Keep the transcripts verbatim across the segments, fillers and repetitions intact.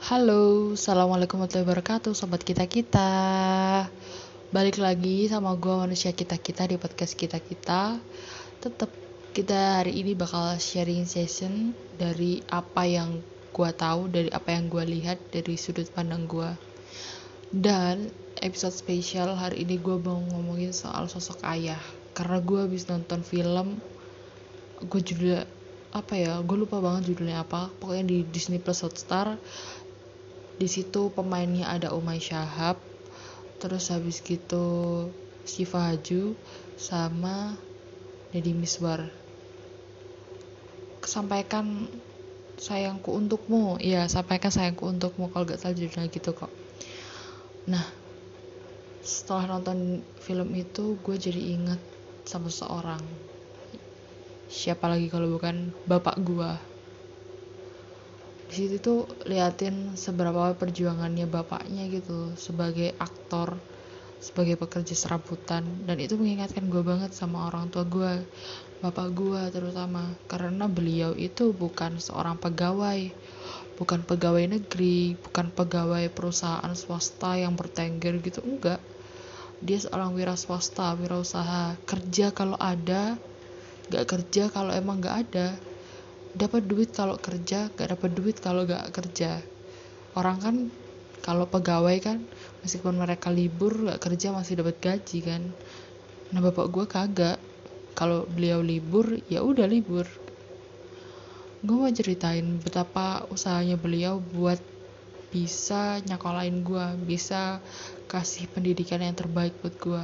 Halo, assalamualaikum warahmatullahi wabarakatuh, sobat kita kita. Balik lagi sama gue manusia kita kita di podcast kita kita. Tetap kita hari ini bakal sharing session dari apa yang gue tahu, dari apa yang gue lihat dari sudut pandang gue. Dan episode spesial hari ini gue mau ngomongin soal sosok ayah. Karena gue habis nonton film, gue judulnya apa ya? Gue lupa banget judulnya apa. Pokoknya di Disney Plus Hotstar. Di situ pemainnya ada Umay Shahab, terus habis gitu Syifa Haju sama Deddy Miswar. Sampaikan sayangku untukmu, ya sampaikan sayangku untukmu kalau gak salah judulnya gitu kok. Nah, setelah nonton film itu gue jadi inget sama seseorang. Siapa lagi kalau bukan bapak gue. Di situ tuh liatin seberapa perjuangannya bapaknya gitu sebagai aktor, sebagai pekerja serabutan, dan itu mengingatkan gue banget sama orang tua gue, bapak gue terutama, karena beliau itu bukan seorang pegawai, bukan pegawai negeri, bukan pegawai perusahaan swasta yang bertengger gitu, enggak. Dia seorang wira swasta, wirausaha, kerja kalau ada, gak kerja kalau emang gak ada. Dapat duit kalau kerja, gak dapat duit kalau gak kerja. Orang kan kalau pegawai kan meskipun mereka libur gak kerja masih dapat gaji kan. Nah bapak gue kagak. Kalau beliau libur ya udah libur. Gue mau ceritain betapa usahanya beliau buat bisa nyakolain gue, bisa kasih pendidikan yang terbaik buat gue.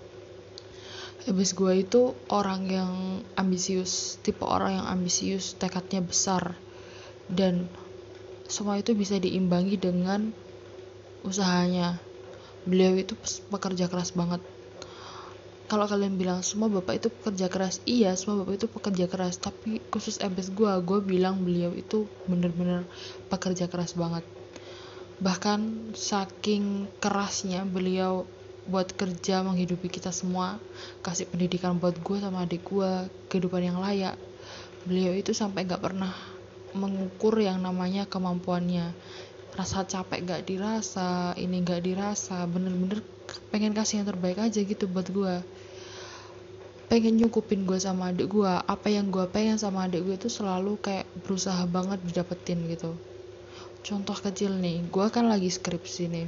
Habis gue itu orang yang ambisius, tipe orang yang ambisius, tekadnya besar, dan semua itu bisa diimbangi dengan usahanya. Beliau itu pekerja keras banget. Kalau kalian bilang semua bapak itu pekerja keras, iya semua bapak itu pekerja keras, tapi khusus abis gue, gue bilang beliau itu bener-bener pekerja keras banget. Bahkan saking kerasnya beliau buat kerja menghidupi kita semua, kasih pendidikan buat gue sama adik gue, kehidupan yang layak. Beliau itu sampai gak pernah mengukur yang namanya kemampuannya. Rasa capek gak dirasa, ini gak dirasa, bener-bener pengen kasih yang terbaik aja gitu buat gue. Pengen nyukupin gue sama adik gue, apa yang gue pengen sama adik gue itu selalu kayak berusaha banget didapetin gitu. Contoh kecil nih, gue kan lagi skripsi nih.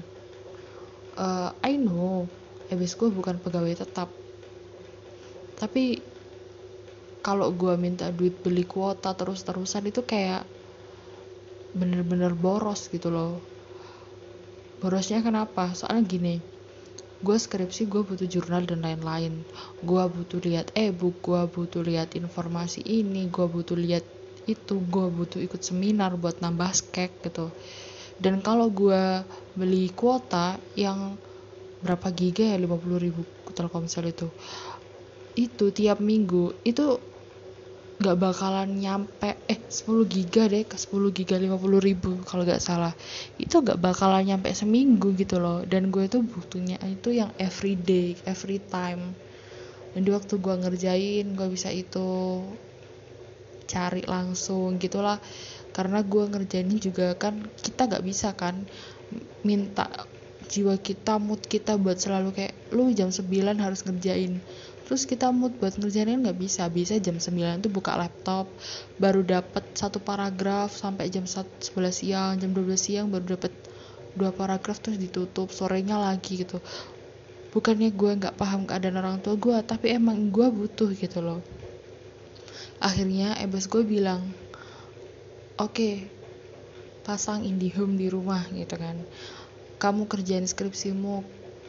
Uh, I know, habis gue bukan pegawai tetap. Tapi kalau gue minta duit beli kuota terus-terusan itu kayak bener-bener boros gitu loh. Borosnya kenapa? Soalnya gini, gue skripsi gue butuh jurnal dan lain-lain. Gue butuh lihat e-book, gue butuh lihat informasi ini, gue butuh lihat itu, gue butuh ikut seminar buat nambah skek gitu. Dan kalau gue beli kuota yang berapa giga ya, lima puluh ribu Telkomsel itu itu tiap minggu itu gak bakalan nyampe eh sepuluh giga deh, ke sepuluh giga lima puluh ribu kalau gak salah, itu gak bakalan nyampe seminggu gitu loh. Dan gue tuh butuhnya itu yang everyday, every time. Dan di waktu gue ngerjain gue bisa itu cari langsung gitulah. Karena gue ngerjainnya juga kan kita gak bisa kan minta jiwa kita, mood kita buat selalu kayak lu jam sembilan harus ngerjain, terus kita mood buat ngerjain kan gak bisa. Bisa jam sembilan tuh buka laptop baru dapet satu paragraf sampai jam sebelas siang, jam dua belas siang baru dapet dua paragraf terus ditutup, sorenya lagi gitu. Bukannya gue gak paham keadaan orang tua gue, tapi emang gue butuh gitu loh. Akhirnya ebes gue bilang, oke okay, pasang IndiHome di rumah gitu kan. Kamu kerjain skripsimu,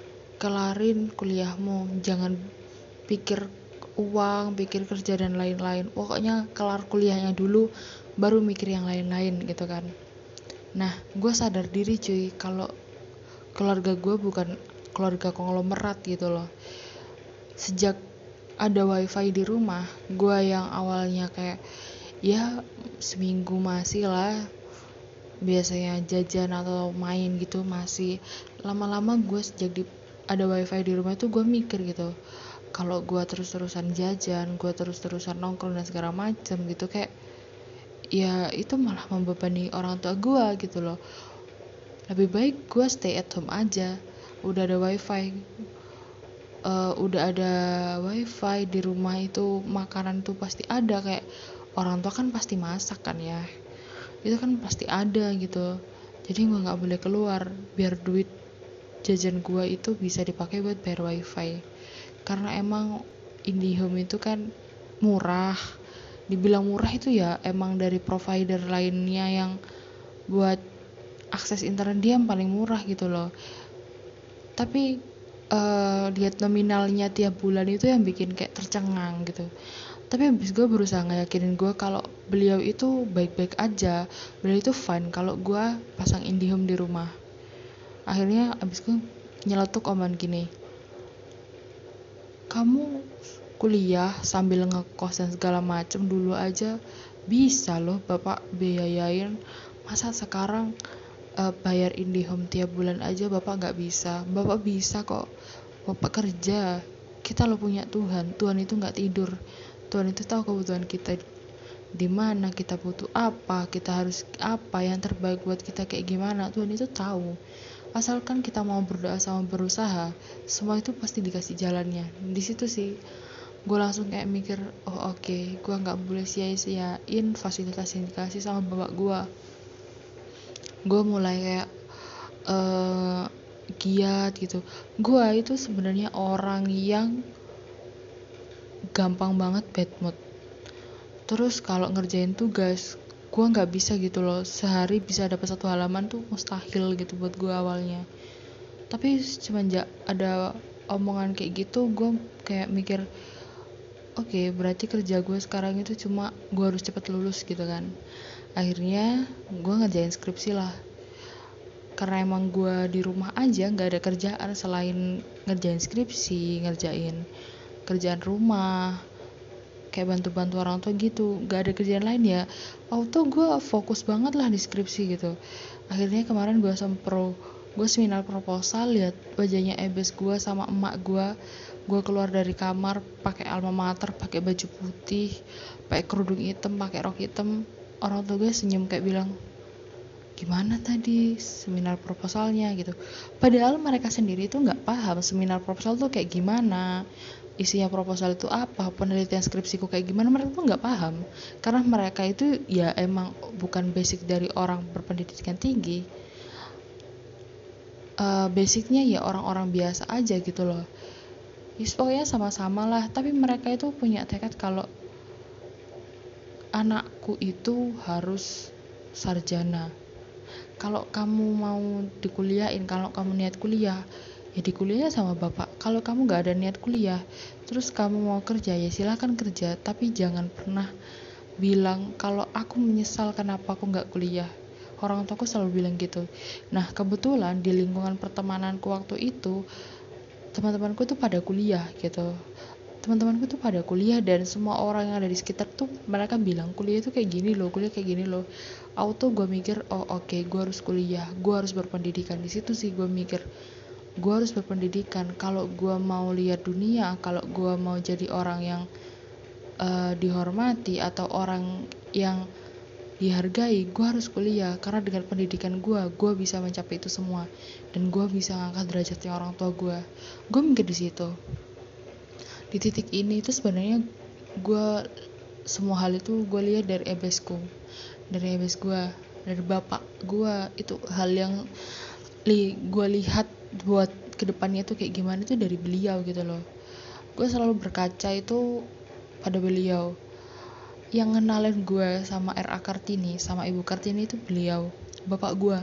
kelarin kuliahmu, jangan pikir uang, pikir kerja dan lain-lain. Pokoknya kelar kuliahnya dulu, baru mikir yang lain-lain gitu kan. Nah, gue sadar diri cuy, kalau keluarga gue bukan keluarga konglomerat gitu loh. Sejak ada wifi di rumah, gue yang awalnya kayak ya seminggu masih lah biasanya jajan atau main gitu masih, lama-lama gue sejak di, ada wifi di rumah itu gue mikir gitu, kalau gue terus-terusan jajan, gue terus-terusan nongkrong dan segala macem gitu, kayak ya itu malah membebani orang tua gue gitu loh. lebih baik gue stay at home aja. Udah ada wifi, uh, udah ada wifi di rumah itu, makanan tuh pasti ada. Kayak orang tua kan pasti masak kan ya, itu kan pasti ada gitu. Jadi gue nggak boleh keluar biar duit jajan gue itu bisa dipakai buat bayar wifi. Karena emang IndiHome itu kan murah. Dibilang murah itu ya emang dari provider lainnya yang buat akses internet dia yang paling murah gitu loh. Tapi uh, lihat nominalnya tiap bulan itu yang bikin kayak tercengang gitu. Tapi abis gue berusaha ngeyakinin gue kalau beliau itu baik-baik aja, beliau itu fine kalau gue pasang IndiHome di rumah. Akhirnya abis gue nyeletuk omongan gini, kamu kuliah sambil ngekos dan segala macem dulu aja bisa loh bapak biayain, masa sekarang uh, bayar IndiHome tiap bulan aja bapak nggak bisa? Bapak bisa kok, bapak kerja. Kita lo punya Tuhan, Tuhan itu nggak tidur, Tuhan itu tahu kebutuhan kita di mana, kita butuh apa, kita harus apa yang terbaik buat kita kayak gimana, Tuhan itu tahu. Asalkan kita mau berdoa sama berusaha, semua itu pasti dikasih jalannya. Di situ sih gue langsung kayak mikir, oh oke, okay, gue nggak boleh sia-siain fasilitas yang dikasih sama bapak gue. Gue mulai kayak uh, giat gitu. Gue itu sebenarnya orang yang gampang banget bad mood. Terus kalau ngerjain tugas, gue nggak bisa gitu loh, sehari bisa dapat satu halaman tuh mustahil gitu buat gue awalnya. Tapi semenjak ada omongan kayak gitu, gue kayak mikir, oke okay, berarti kerja gue sekarang itu cuma gue harus cepet lulus gitu kan. Akhirnya gue ngerjain skripsi lah, karena emang gue di rumah aja nggak ada kerjaan selain ngerjain skripsi, ngerjain kerjaan rumah, kayak bantu-bantu orang tua gitu, gak ada kerjaan lain ya, auto gue fokus banget lah di skripsi gitu. Akhirnya kemarin gue sempro, gue seminar proposal, lihat wajahnya ebes gue sama emak gue. Gue keluar dari kamar pakai alma mater, pakai baju putih, pakai kerudung hitam, pakai rok hitam. Orang tua gue senyum kayak bilang, gimana tadi seminar proposalnya gitu. Padahal mereka sendiri tuh nggak paham seminar proposal tuh kayak gimana, isinya proposal itu apa, penelitian skripsiku kayak gimana, mereka tuh nggak paham. Karena mereka itu ya emang bukan basic dari orang berpendidikan tinggi, uh, basicnya ya orang-orang biasa aja gitu loh. Ya pokoknya sama-sama lah. Tapi mereka itu punya tekad kalau anakku itu harus sarjana. Kalau kamu mau dikuliahin, kalau kamu niat kuliah, ya dikuliah sama bapak. Kalau kamu gak ada niat kuliah, terus kamu mau kerja, ya silakan kerja. Tapi jangan pernah bilang kalau aku menyesal kenapa aku gak kuliah. Orang tuaku selalu bilang gitu. Nah kebetulan di lingkungan pertemananku waktu itu, teman-temanku tuh pada kuliah gitu. Teman-temanku tuh pada kuliah dan semua orang yang ada di sekitar tuh mereka bilang kuliah tuh kayak gini loh, kuliah kayak gini loh. Auto gue mikir, oh oke, okay, gue harus kuliah, gue harus berpendidikan. Di situ sih gue mikir, gue harus berpendidikan. Kalau gue mau lihat dunia, kalau gue mau jadi orang yang uh, dihormati atau orang yang dihargai, gue harus kuliah. Karena dengan pendidikan gue, gue bisa mencapai itu semua dan gue bisa ngangkat derajatnya orang tua gue. Gue mikir di situ. Di titik ini itu sebenarnya gue semua hal itu gue lihat dari ebesku, dari ebes gue, dari bapak gue. Itu hal yang li, gue lihat buat kedepannya tuh kayak gimana itu dari beliau gitu loh. Gue selalu berkaca itu pada beliau. Yang ngenalin gue sama R A Kartini, sama Ibu Kartini itu beliau, bapak gue.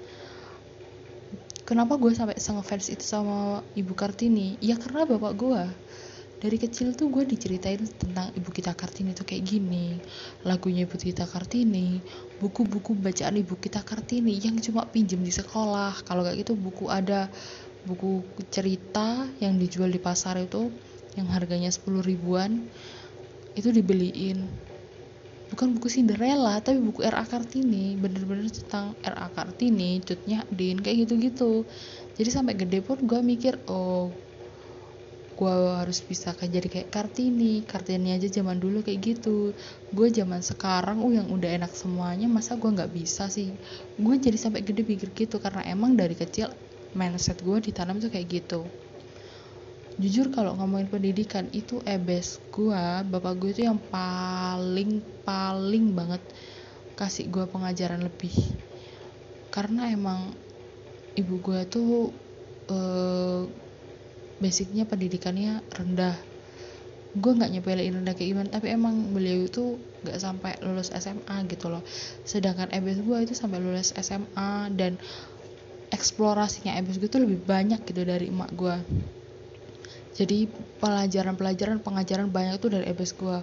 Kenapa gue sampai ngefans itu sama Ibu Kartini? Ya karena bapak gue. Dari kecil tuh gue diceritain tentang Ibu Kita Kartini tuh kayak gini, lagunya Ibu Kita Kartini, buku-buku bacaan Ibu Kita Kartini yang cuma pinjem di sekolah. Kalau kayak gitu buku ada buku cerita yang dijual di pasar itu yang harganya sepuluh ribuan itu dibeliin. Bukan buku Cinderella tapi buku R A Kartini, bener-bener tentang R A Kartini, Cut Nyak Din, kayak gitu-gitu. Jadi sampai gede pun gue mikir, oh gue harus bisa kayak jadi kayak Kartini Kartini aja zaman dulu kayak gitu. Gue zaman sekarang uh yang udah enak semuanya, masa gue nggak bisa sih. Gue jadi sampai gede pikir gitu karena emang dari kecil mindset gue ditanam tuh kayak gitu. Jujur kalau ngomongin pendidikan itu ebes gue, bapak gue itu yang paling paling banget kasih gue pengajaran lebih, karena emang ibu gue tuh eh, basicnya pendidikannya rendah. Gue nggak nyepelein rendah kayak gimana, tapi emang beliau itu nggak sampai lulus S M A gitu loh, sedangkan ebes gue itu sampai lulus S M A dan eksplorasinya ebes gue tuh lebih banyak gitu dari emak gue. Jadi pelajaran-pelajaran pengajaran banyak tuh dari ebes gue.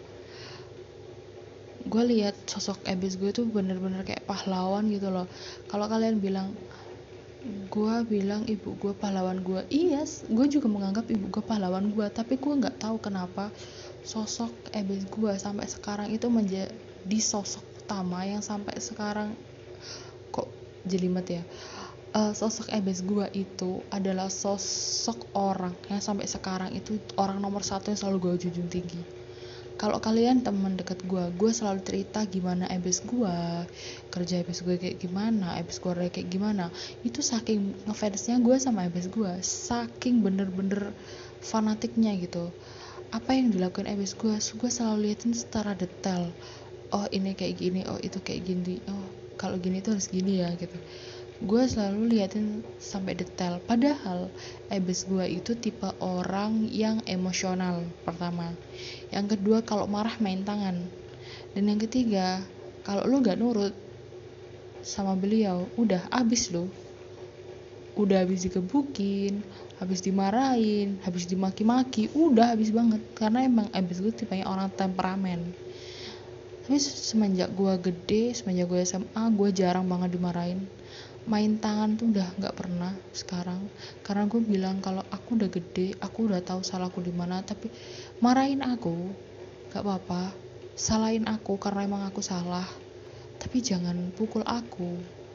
Gue lihat sosok ebes gue tuh bener-bener kayak pahlawan gitu loh. Kalau kalian bilang, gue bilang ibu gue pahlawan gue, iya gue juga menganggap ibu gue pahlawan gue, tapi gue nggak tahu kenapa sosok ebes gue sampai sekarang itu menjadi sosok utama yang sampai sekarang kok jelimet ya. Uh, sosok ebes gue itu adalah sosok orang yang sampai sekarang itu orang nomor satu yang selalu gue junjung tinggi. Kalau kalian teman dekat gue, gue selalu cerita gimana ebes gue, kerja ebes gue kayak gimana, ebes gue kayak gimana. Itu saking ngefansnya gue sama ebes gue, saking bener-bener fanatiknya gitu. Apa yang dilakukan ebes gue, gue selalu liatin secara detail. Oh ini kayak gini, oh itu kayak gini, oh kalau gini tuh harus gini ya gitu. Gue selalu liatin sampai detail. Padahal ebes gue itu tipe orang yang emosional pertama, yang kedua kalau marah main tangan, dan yang ketiga kalau lu gak nurut sama beliau udah abis lu, udah habis digebukin, habis dimarahin, habis dimaki-maki, udah habis banget. Karena emang ebes gue tipenya orang temperamen. Tapi semenjak gue gede, semenjak gue S M A, gue jarang banget dimarahin. Main tangan tuh udah nggak pernah sekarang, karena gue bilang kalau aku udah gede, aku udah tahu salahku di mana. Tapi marahin aku nggak apa-apa, salahin aku karena emang aku salah, tapi jangan pukul aku,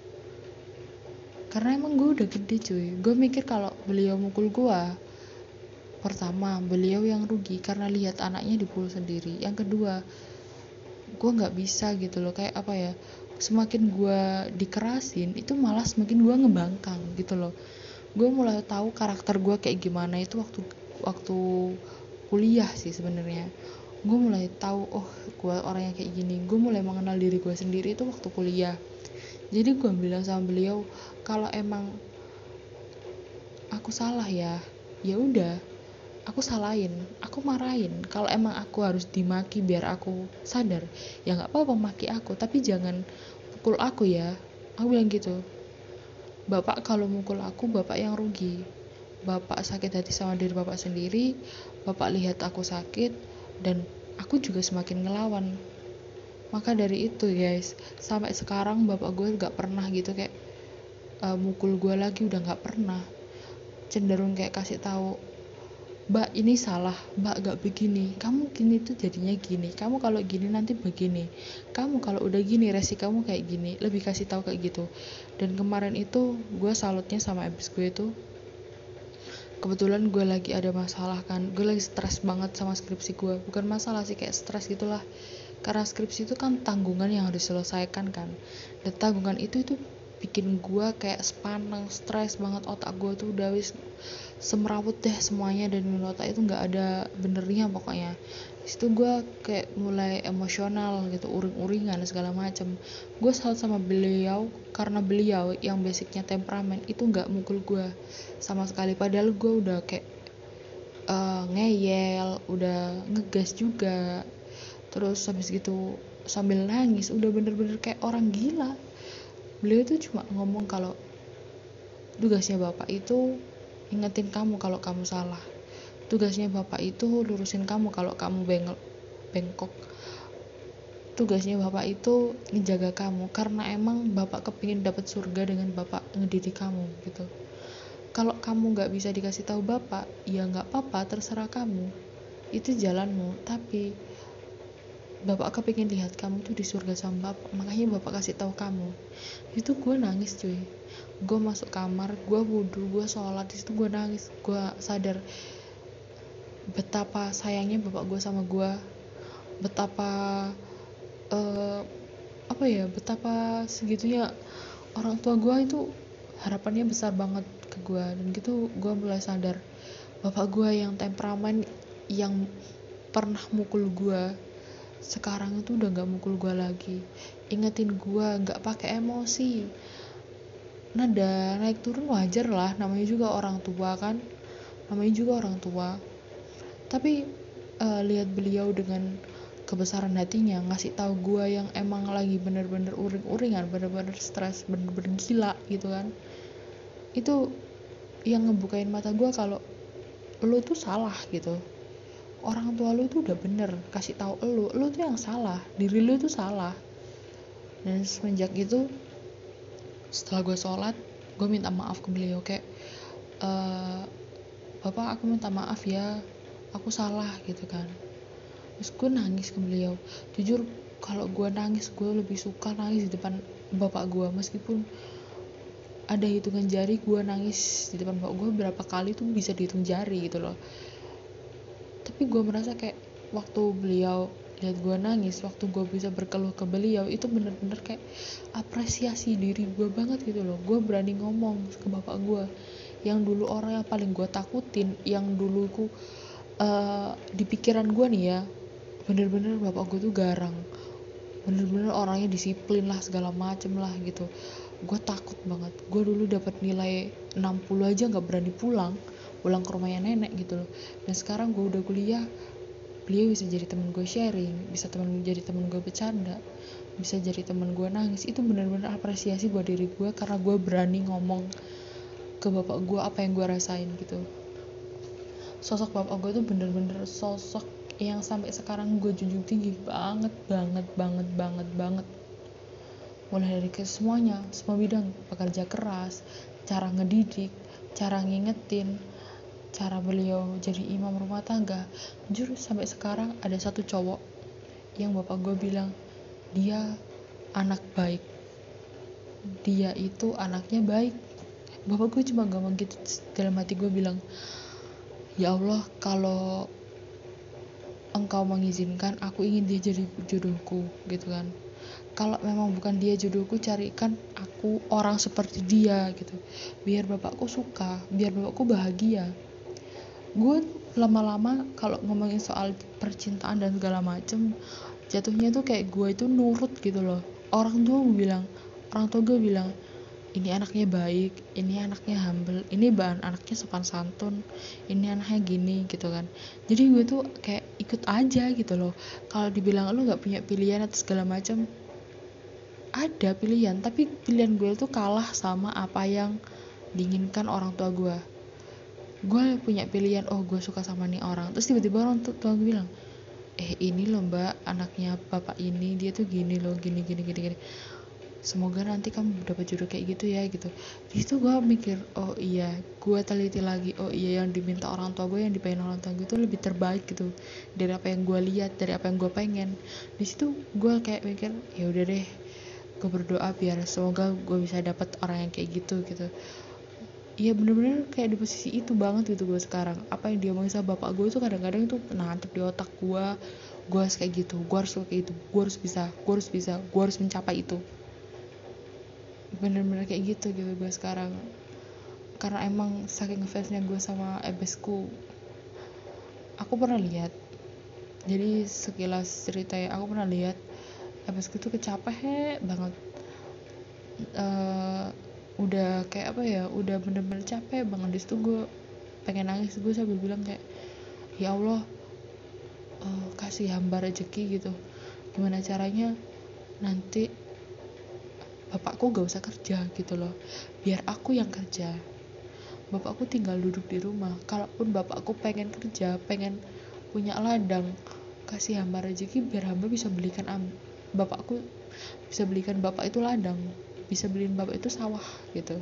karena emang gue udah gede cuy. Gue mikir kalau beliau mukul gue, pertama beliau yang rugi karena lihat anaknya dipukul sendiri, yang kedua gue nggak bisa gitu loh, kayak apa ya, semakin gue dikerasin itu malah semakin gue ngebangkang gitu loh. Gue mulai tahu karakter gue kayak gimana itu waktu waktu kuliah sih sebenarnya. Gue mulai tahu oh gue orang yang kayak gini. Gue mulai mengenal diri gue sendiri itu waktu kuliah. Jadi gue bilang sama beliau, kalau emang aku salah ya ya udah aku salahin, aku marahin. Kalau emang aku harus dimaki biar aku sadar, ya nggak apa-apa maki aku, tapi jangan pukul aku ya. Aku bilang gitu. Bapak kalau mukul aku, bapak yang rugi. Bapak sakit hati sama diri bapak sendiri. Bapak lihat aku sakit, dan aku juga semakin ngelawan. Maka dari itu guys, sampai sekarang bapak gue nggak pernah gitu kayak uh, mukul gue lagi, udah nggak pernah. Cenderung kayak kasih tahu, Mbak ini salah, Mbak gak begini, kamu gini tuh jadinya gini, kamu kalau gini nanti begini, kamu kalau udah gini resi kamu kayak gini, lebih kasih tahu kayak gitu. Dan kemarin itu gue salutnya sama abis gue itu, kebetulan gue lagi ada masalah kan, gue lagi stres banget sama skripsi gue, bukan masalah sih kayak stres gitulah, karena skripsi itu kan tanggungan yang harus diselesaikan kan, dan tanggungan itu itu bikin gue kayak sepaneng, stres banget, otak gue tuh udah wis semrawut deh semuanya, dan di otak itu nggak ada benernya pokoknya. Disitu gue kayak mulai emosional gitu, uring-uringan segala macem. Gue salut sama beliau karena beliau yang basicnya temperamen itu nggak mukul gue sama sekali, padahal gue udah kayak uh, ngeyel, udah ngegas juga, terus habis gitu sambil nangis, udah bener-bener kayak orang gila. Beliau tuh cuma ngomong kalau tugasnya bapak itu ingetin kamu kalau kamu salah, tugasnya bapak itu lurusin kamu kalau kamu bengkel, bengkok, tugasnya bapak itu ngejaga kamu karena emang bapak kepingin dapat surga dengan bapak ngedidik kamu gitu. Kalau kamu nggak bisa dikasih tahu bapak, ya nggak apa-apa, terserah kamu, itu jalanmu, tapi bapak kepingin lihat kamu tuh di surga sama bapak, makanya bapak kasih tahu kamu. Itu gue nangis cuy, gue masuk kamar, gue wudhu, gue sholat, di situ gue nangis, gue sadar betapa sayangnya bapak gue sama gue, betapa uh, apa ya betapa segitunya orang tua gue itu harapannya besar banget ke gue. Dan gitu gue mulai sadar bapak gue yang temperamen, yang pernah mukul gue, sekarang itu udah gak mukul gue lagi, ingetin gue gak pakai emosi, nada naik turun wajar lah, namanya juga orang tua kan, namanya juga orang tua. Tapi uh, lihat beliau dengan kebesaran hatinya ngasih tahu gue yang emang lagi bener-bener uring-uringan, bener-bener stres, bener-bener gila gitu kan, itu yang ngebukain mata gue kalau lu tuh salah gitu. Orang tua lu tuh udah bener kasih tahu lu, lu tuh yang salah, diri lu tuh salah. Dan semenjak itu, setelah gue sholat, gue minta maaf ke beliau kayak, e, bapak aku minta maaf ya, aku salah gitu kan. Terus gue nangis ke beliau. Jujur kalau gue nangis, gue lebih suka nangis di depan bapak gue, meskipun ada hitungan jari gue nangis di depan bapak gue berapa kali tuh bisa dihitung jari gitu loh. Tapi gue merasa kayak waktu beliau lihat gue nangis, waktu gue bisa berkeluh ke beliau, itu bener-bener kayak apresiasi diri gue banget gitu loh. Gue berani ngomong ke bapak gue yang dulu orang yang paling gue takutin, yang dulu ku uh, di pikiran gue nih ya, bener-bener bapak gue tuh garang, bener-bener orangnya disiplin lah segala macem lah gitu. Gue takut banget. Gue dulu dapat nilai enam puluh aja gak berani pulang pulang ke rumahnya nenek gitu loh. Dan sekarang gue udah kuliah, beliau bisa jadi temen gue sharing, bisa temen jadi temen gue bercanda, bisa jadi temen gue nangis. Itu bener-bener apresiasi buat diri gue karena gue berani ngomong ke bapak gue apa yang gue rasain gitu. Sosok bapak gue tuh bener-bener sosok yang sampai sekarang gue junjung tinggi banget banget banget banget banget. Mulai dari ke semuanya, semua bidang, pekerja keras, cara ngedidik, cara ngingetin, cara beliau jadi imam rumah tangga. Jujur sampai sekarang ada satu cowok yang bapak gue bilang dia anak baik, dia itu anaknya baik. Bapak gue cuma ngomong gitu, dalam hati gue bilang, ya Allah, kalau engkau mengizinkan, aku ingin dia jadi jodohku gitu kan. Kalau memang bukan dia jodohku, carikan aku orang seperti dia gitu, biar bapakku suka, biar bapakku bahagia. Gue lama-lama kalau ngomongin soal percintaan dan segala macem, jatuhnya tuh kayak gue itu nurut gitu loh. Orang tua gue bilang, orang tua gue bilang, ini anaknya baik, ini anaknya humble, ini bahan anaknya sopan santun, ini anaknya gini gitu kan. Jadi gue tuh kayak ikut aja gitu loh. Kalau dibilang lu nggak punya pilihan atau segala macam, ada pilihan, tapi pilihan gue tuh kalah sama apa yang diinginkan orang tua gue. Gue punya pilihan, oh gue suka sama nih orang, terus tiba-tiba orang tua gue bilang, eh ini loh mbak, anaknya bapak ini, dia tuh gini loh, gini gini gini gini, semoga nanti kamu dapat jodoh kayak gitu ya gitu. Di situ gue mikir, oh iya, gue teliti lagi, oh iya, yang diminta orang tua gue, yang dipengen orang tua gue itu lebih terbaik gitu dari apa yang gue lihat, dari apa yang gue pengen. Di situ gue kayak mikir, ya udah deh, gue berdoa biar semoga gue bisa dapat orang yang kayak gitu gitu. Iya bener-bener kayak di posisi itu banget gitu gue sekarang. Apa yang dia omongin sama bapak gue itu kadang-kadang itu nantep di otak gue. Gue harus kayak gitu, gue harus kayak itu, gue harus bisa, gue harus bisa, gue harus mencapai itu. Bener-bener kayak gitu gitu gue sekarang. Karena emang saking ngefansnya gue sama ebesku. Aku pernah lihat, jadi sekilas cerita ya, aku pernah lihat ebesku tuh kecapek banget. Uh, udah kayak apa ya, udah bener-bener capek banget. Di situ gue pengen nangis, gue sambil bilang kayak, ya Allah, uh, kasih hamba rezeki gitu, gimana caranya nanti bapakku gak usah kerja gitu loh, biar aku yang kerja, bapakku tinggal duduk di rumah. Kalaupun bapakku pengen kerja, pengen punya ladang, kasih hamba rezeki biar hamba bisa belikan am- bapakku bisa belikan bapak itu ladang, bisa beliin bapak itu sawah gitu,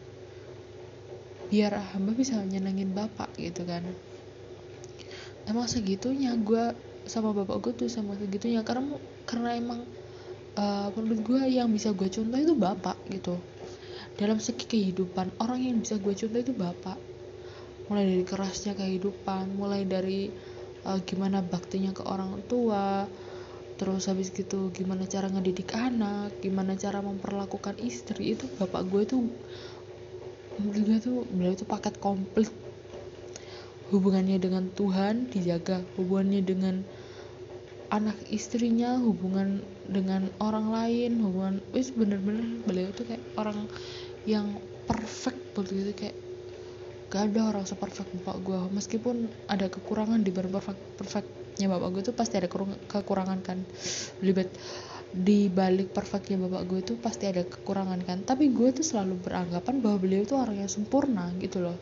biar hamba bisa nyenengin bapak gitu kan. Emang segitunya gue sama bapak gue tuh, sama segitunya karena karena emang uh, menurut gue yang bisa gue contoh itu bapak gitu. Dalam segi kehidupan, orang yang bisa gue contoh itu bapak. mulai dari kerasnya kehidupan, mulai dari uh, gimana baktinya ke orang tua, terus habis gitu gimana cara ngedidik anak, gimana cara memperlakukan istri. Itu bapak gue tuh beliau tuh beliau tuh paket komplit. Hubungannya dengan Tuhan dijaga, hubungannya dengan anak istrinya, hubungan dengan orang lain, hubungan wis bener-bener beliau tuh kayak orang yang perfect begitu, kayak gak ada orang seperfect bapak gue. Meskipun ada kekurangan di balik perfect perfectnya bapak gue tuh pasti ada kekurangan kan, libet di balik perfectnya bapak gue tuh pasti ada kekurangan kan, tapi gue tuh selalu beranggapan bahwa beliau tuh orang yang sempurna gitu loh.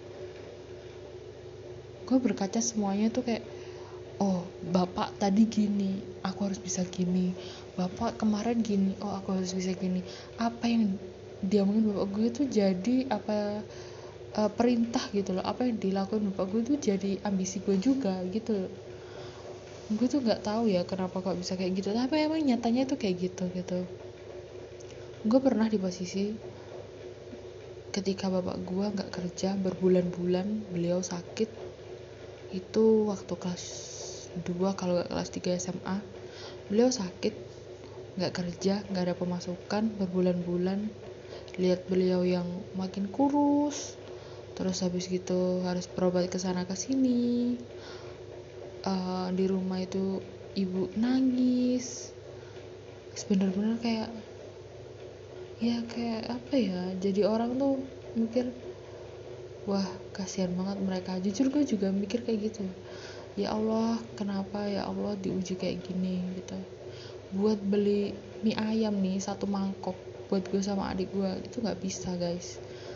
Gue berkaca semuanya tuh kayak, oh bapak tadi gini, aku harus bisa gini. Bapak kemarin gini, oh aku harus bisa gini. Apa yang dia omongin bapak gue tuh jadi apa, uh, perintah gitu loh. Apa yang dilakukan bapak gue tuh jadi ambisi gue juga gitu loh. Gue tuh nggak tahu ya kenapa kok bisa kayak gitu, tapi emang nyatanya tuh kayak gitu gitu. Gue pernah di posisi ketika bapak gue nggak kerja berbulan-bulan, beliau sakit. Itu waktu kelas dua kalau gak kelas tiga S M A. Beliau sakit, gak kerja, gak ada pemasukan berbulan-bulan. Lihat beliau yang makin kurus, terus habis gitu harus berobat kesana kesini. uh, Di rumah itu ibu nangis. Bener-bener kayak, ya kayak apa ya, jadi orang tuh mikir, wah kasihan banget mereka. Jujur gue juga mikir kayak gitu, ya Allah kenapa ya Allah diuji kayak gini gitu. Buat beli mie ayam nih satu mangkok buat gue sama adik gue itu nggak bisa guys.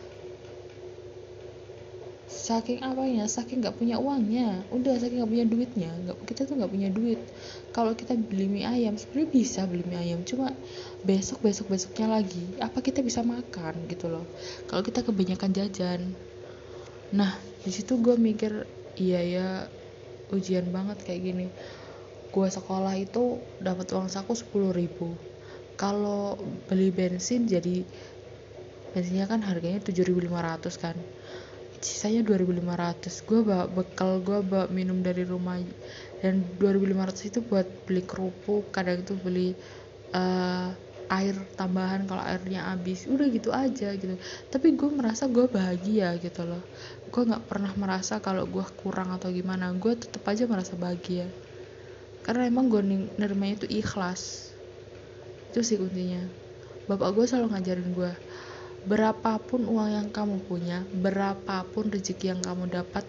Saking apanya, saking nggak punya uangnya, udah saking nggak punya duitnya. Nggak, kita tuh nggak punya duit. Kalau kita beli mie ayam sebenarnya bisa beli mie ayam, cuma besok besok besoknya lagi apa kita bisa makan gitu loh kalau kita kebanyakan jajan. Nah di situ gue mikir, iya ya, ujian banget kayak gini. Gue sekolah itu dapat uang saku sepuluh ribu. Kalau beli bensin, jadi bensinnya kan harganya tujuh ribu lima ratus kan, sisanya dua ribu lima ratus. Gue bawa bekal, gue bawa minum dari rumah, dan dua ribu lima ratus itu buat beli kerupuk, kadang itu beli uh, air tambahan kalau airnya habis, udah gitu aja gitu. Tapi gue merasa gue bahagia gitu loh. Gue nggak pernah merasa kalau gue kurang atau gimana. Gue tetap aja merasa bahagia karena emang gue nerimanya itu ikhlas. Itu sih kuncinya. Bapak gue selalu ngajarin gue, berapapun uang yang kamu punya, berapapun rezeki yang kamu dapat,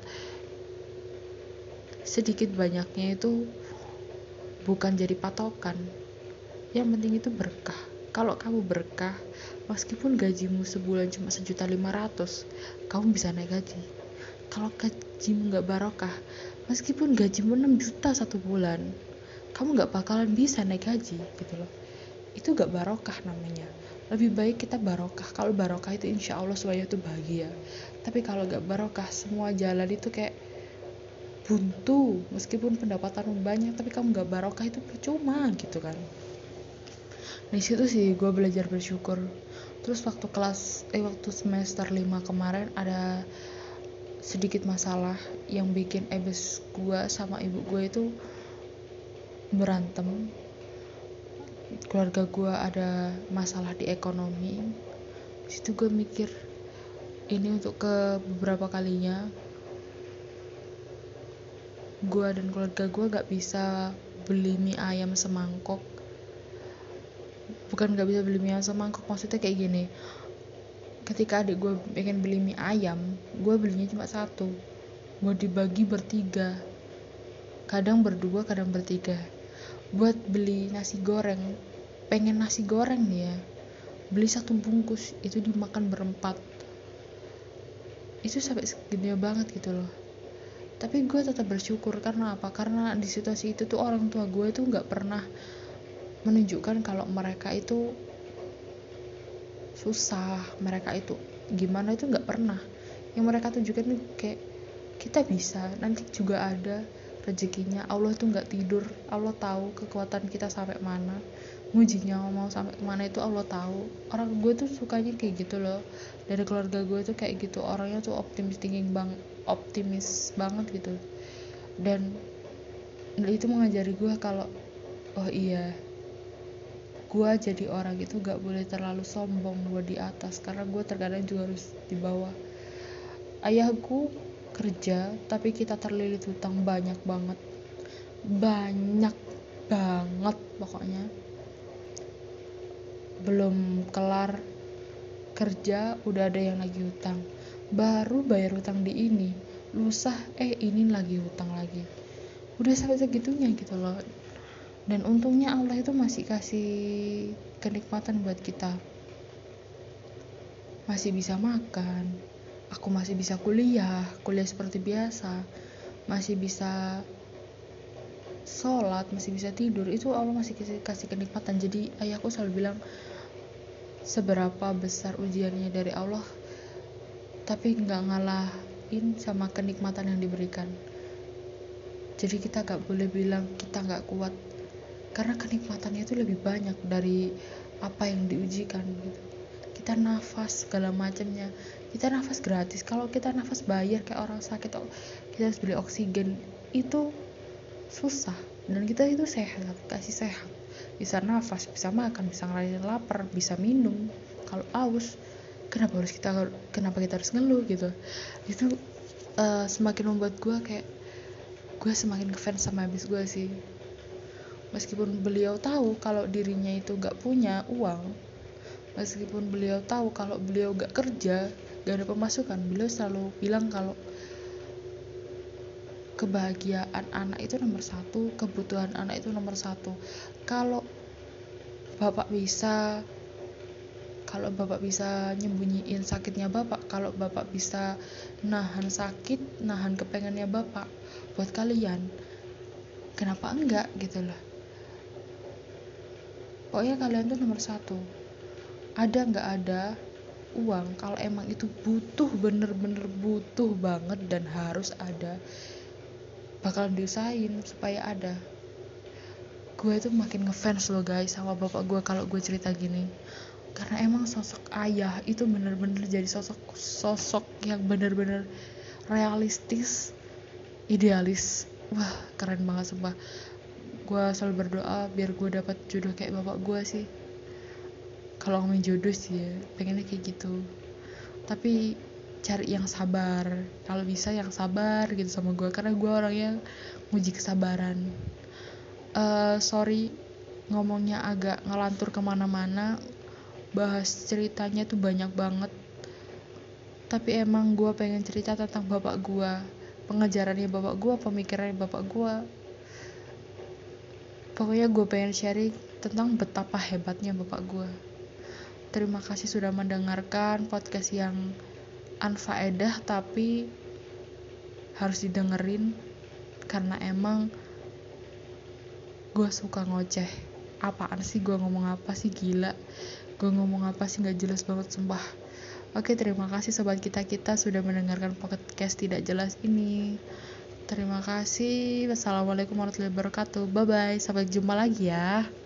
sedikit banyaknya itu bukan jadi patokan. Yang penting itu berkah. Kalau kamu berkah, meskipun gajimu sebulan cuma sejuta lima ratus, kamu bisa naik gaji. Kalau gajimu nggak barokah, meskipun gajimu enam juta satu bulan, kamu nggak bakalan bisa naik gaji gitu loh. Itu nggak barokah namanya. Lebih baik kita barokah. Kalau barokah itu insya Allah semuanya itu bahagia. Tapi kalau nggak barokah, semua jalan itu kayak buntu. Meskipun pendapatanmu banyak, tapi kamu nggak barokah itu percuma gitu kan. Di situ sih gue belajar bersyukur. Terus waktu kelas eh waktu semester lima kemarin ada sedikit masalah yang bikin ebes gue sama ibu gue itu berantem. Keluarga gue ada masalah di ekonomi. Di situ gue mikir, ini untuk ke beberapa kalinya gue dan keluarga gue gak bisa beli mie ayam semangkok. Bukan gak bisa beli mie ayam semangkok, maksudnya kayak gini, ketika adik gue pengen beli mie ayam, gue belinya cuma satu, mau dibagi bertiga, kadang berdua kadang bertiga. Buat beli nasi goreng, pengen nasi goreng nih ya, beli satu bungkus itu dimakan berempat. Itu sampai segede banget gitu loh. Tapi gue tetap bersyukur. Karena apa? Karena di situasi itu tuh orang tua gue tuh gak pernah menunjukkan kalau mereka itu susah, mereka itu gimana, itu gak pernah. Yang mereka tunjukkan tuh kayak, kita bisa, nanti juga ada rezekinya. Allah tuh gak tidur, Allah tahu kekuatan kita sampai mana. ngujinya mau sampai kemana itu Allah tahu. Orang gue tuh sukanya kayak gitu loh, dari keluarga gue tuh kayak gitu, orangnya tuh optimis thinking bang optimis banget gitu. Dan itu mengajari gue kalau oh iya, gue jadi orang itu gak boleh terlalu sombong gue di atas, karena gue terkadang juga harus di bawah. Ayahku kerja tapi kita terlilit hutang banyak banget, banyak banget pokoknya. Belum kelar kerja udah ada yang lagi hutang, baru bayar hutang di ini, lusa eh ini lagi hutang lagi, udah sampai segitunya gitu loh. Dan untungnya Allah itu masih kasih kenikmatan buat kita, masih bisa makan, aku masih bisa kuliah kuliah seperti biasa, masih bisa sholat, masih bisa tidur. Itu Allah masih kasih, kasih kenikmatan. Jadi ayahku selalu bilang, seberapa besar ujiannya dari Allah, tapi nggak ngalahin sama kenikmatan yang diberikan. Jadi kita nggak boleh bilang kita nggak kuat, karena kenikmatannya itu lebih banyak dari apa yang diujikan gitu. Kita nafas segala macamnya, kita nafas gratis. Kalau kita nafas bayar kayak orang sakit, kita harus beli oksigen, itu susah. Dan kita itu sehat, kasih sehat, bisa nafas, bisa makan, bisa ngelarin lapar, bisa minum kalau aus. Kenapa harus kita kenapa kita harus ngeluh gitu. Itu uh, semakin membuat gue kayak gue semakin ngefans sama habis gue sih. Meskipun beliau tahu kalau dirinya itu gak punya uang, meskipun beliau tahu kalau beliau gak kerja, gak ada pemasukan, beliau selalu bilang kalau kebahagiaan anak itu nomor satu, kebutuhan anak itu nomor satu. Kalau bapak bisa kalau bapak bisa nyembunyiin sakitnya bapak, kalau bapak bisa nahan sakit, nahan kepengennya bapak buat kalian, kenapa enggak gitu loh. Pokoknya kalian tuh nomor satu. Ada nggak ada uang, kalau emang itu butuh, bener-bener butuh banget dan harus ada, bakalan diusahain supaya ada. Gue tuh makin ngefans loh guys sama bapak gue kalau gue cerita gini, karena emang sosok ayah itu bener-bener jadi sosok sosok yang bener-bener realistis, idealis. Wah keren banget sumpah. Gue selalu berdoa biar gue dapat jodoh kayak bapak gue sih. Kalau ngomongin jodoh sih ya pengennya kayak gitu, tapi cari yang sabar, kalau bisa yang sabar gitu sama gue, karena gue orang yang nguji kesabaran. uh, sorry ngomongnya agak ngelantur kemana-mana, bahas ceritanya tuh banyak banget, tapi emang gue pengen cerita tentang bapak gue, pengejarannya bapak gue, pemikirannya bapak gue. Pokoknya gue pengen sharing tentang betapa hebatnya bapak gue. Terima kasih sudah mendengarkan podcast yang anfaedah tapi harus didengerin, karena emang gue suka ngoceh. Apaan sih gue ngomong apa sih, gila gue ngomong apa sih, gak jelas banget sumpah. Oke, terima kasih sobat kita-kita sudah mendengarkan podcast tidak jelas ini. Terima kasih. Wassalamualaikum warahmatullahi wabarakatuh. Bye bye, sampai jumpa lagi ya.